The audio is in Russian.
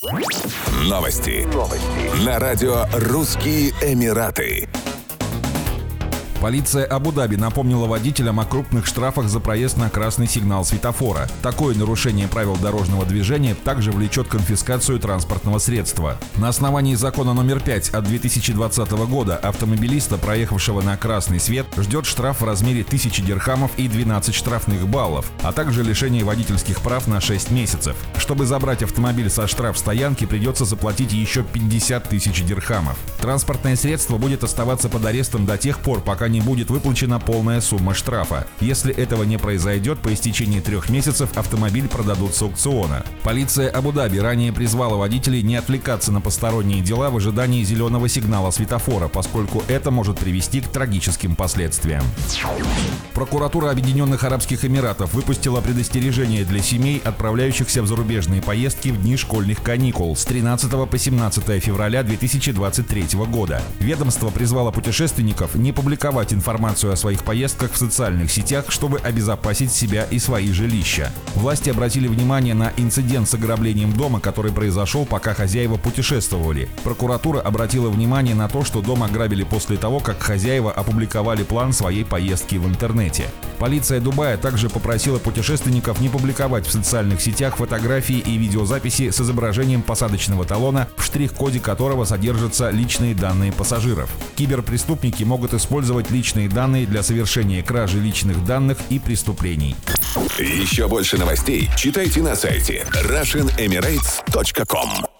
Новости. На радио «Русские Эмираты». Полиция Абу-Даби напомнила водителям о крупных штрафах за проезд на красный сигнал светофора. Такое нарушение правил дорожного движения также влечет конфискацию транспортного средства. На основании закона номер 5 от 2020 года автомобилиста, проехавшего на красный свет, ждет штраф в размере 1000 дирхамов и 12 штрафных баллов, а также лишение водительских прав на 6 месяцев. Чтобы забрать автомобиль со штрафстоянки, придется заплатить еще 50 тысяч дирхамов. Транспортное средство будет оставаться под арестом до тех пор, пока не будет выплачена полная сумма штрафа. Если этого не произойдет, по истечении 3 месяцев автомобиль продадут с аукциона. Полиция Абу-Даби ранее призвала водителей не отвлекаться на посторонние дела в ожидании зеленого сигнала светофора, поскольку это может привести к трагическим последствиям. Прокуратура Объединенных Арабских Эмиратов выпустила предостережение для семей, отправляющихся в зарубежные поездки в дни школьных каникул с 13 по 17 февраля 2023 года. Ведомство призвало путешественников не публиковать информацию о своих поездках в социальных сетях, чтобы обезопасить себя и свои жилища. Власти обратили внимание на инцидент с ограблением дома, который произошел, пока хозяева путешествовали. Прокуратура обратила внимание на то, что дом ограбили после того, как хозяева опубликовали план своей поездки в интернете. Полиция Дубая также попросила путешественников не публиковать в социальных сетях фотографии и видеозаписи с изображением посадочного талона, в штрих-коде которого содержатся личные данные пассажиров. Киберпреступники могут использовать личные данные для совершения кражи личных данных и преступлений. Еще больше новостей читайте на сайте RussianEmirates.com.